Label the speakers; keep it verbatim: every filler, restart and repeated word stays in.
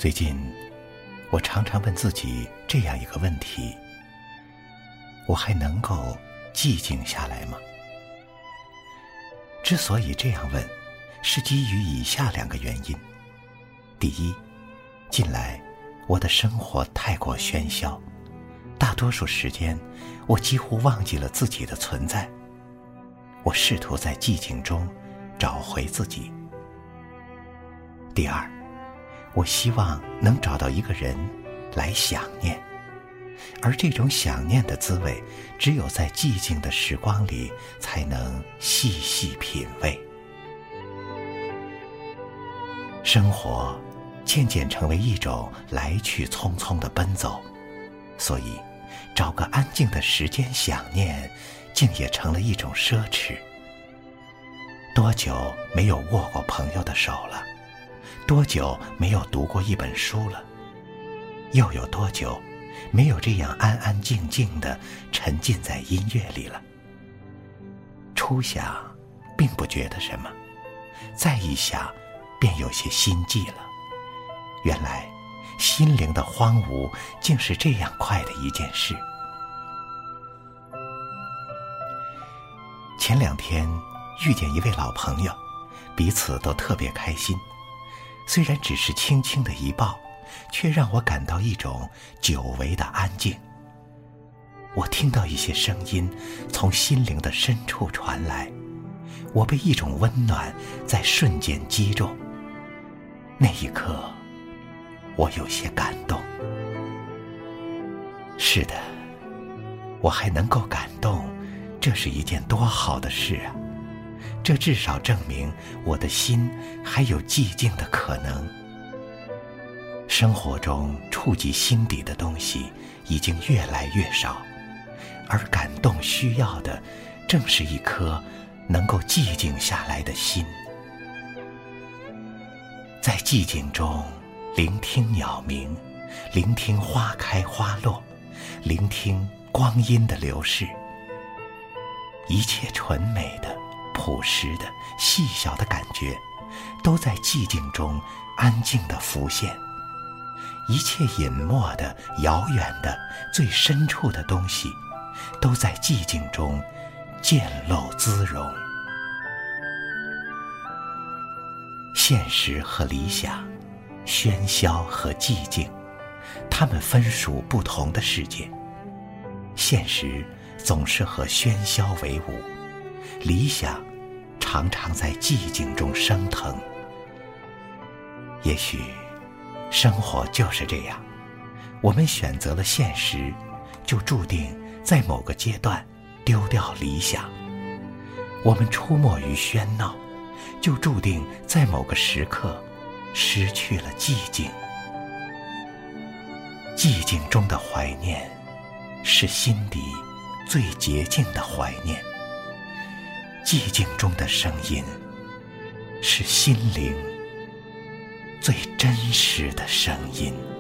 Speaker 1: 最近，我常常问自己这样一个问题：我还能够寂静下来吗？之所以这样问，是基于以下两个原因。第一，近来我的生活太过喧嚣，大多数时间我几乎忘记了自己的存在。我试图在寂静中找回自己。第二，我希望能找到一个人来想念，而这种想念的滋味，只有在寂静的时光里才能细细品味。生活渐渐成为一种来去匆匆的奔走，所以找个安静的时间想念，竟也成了一种奢侈。多久没有握过朋友的手了？多久没有读过一本书了？又有多久没有这样安安静静地沉浸在音乐里了？初想并不觉得什么，再一想便有些心悸了。原来心灵的荒芜竟是这样快的一件事。前两天遇见一位老朋友，彼此都特别开心。虽然只是轻轻的一抱，却让我感到一种久违的安静。我听到一些声音从心灵的深处传来，我被一种温暖在瞬间击中。那一刻，我有些感动。是的，我还能够感动，这是一件多好的事啊！这至少证明我的心还有寂静的可能。生活中触及心底的东西已经越来越少，而感动需要的正是一颗能够寂静下来的心。在寂静中聆听鸟鸣，聆听花开花落，聆听光阴的流逝，一切纯美的、朴实的、细小的感觉，都在寂静中安静地浮现。一切隐没的、遥远的、最深处的东西，都在寂静中渐露滋容。现实和理想，喧嚣和寂静，它们分属不同的世界。现实总是和喧嚣为伍，理想常常在寂静中升腾。也许生活就是这样，我们选择了现实，就注定在某个阶段丢掉理想；我们出没于喧闹，就注定在某个时刻失去了寂静。寂静中的怀念，是心底最洁净的怀念。寂静中的声音，是心灵最真实的声音。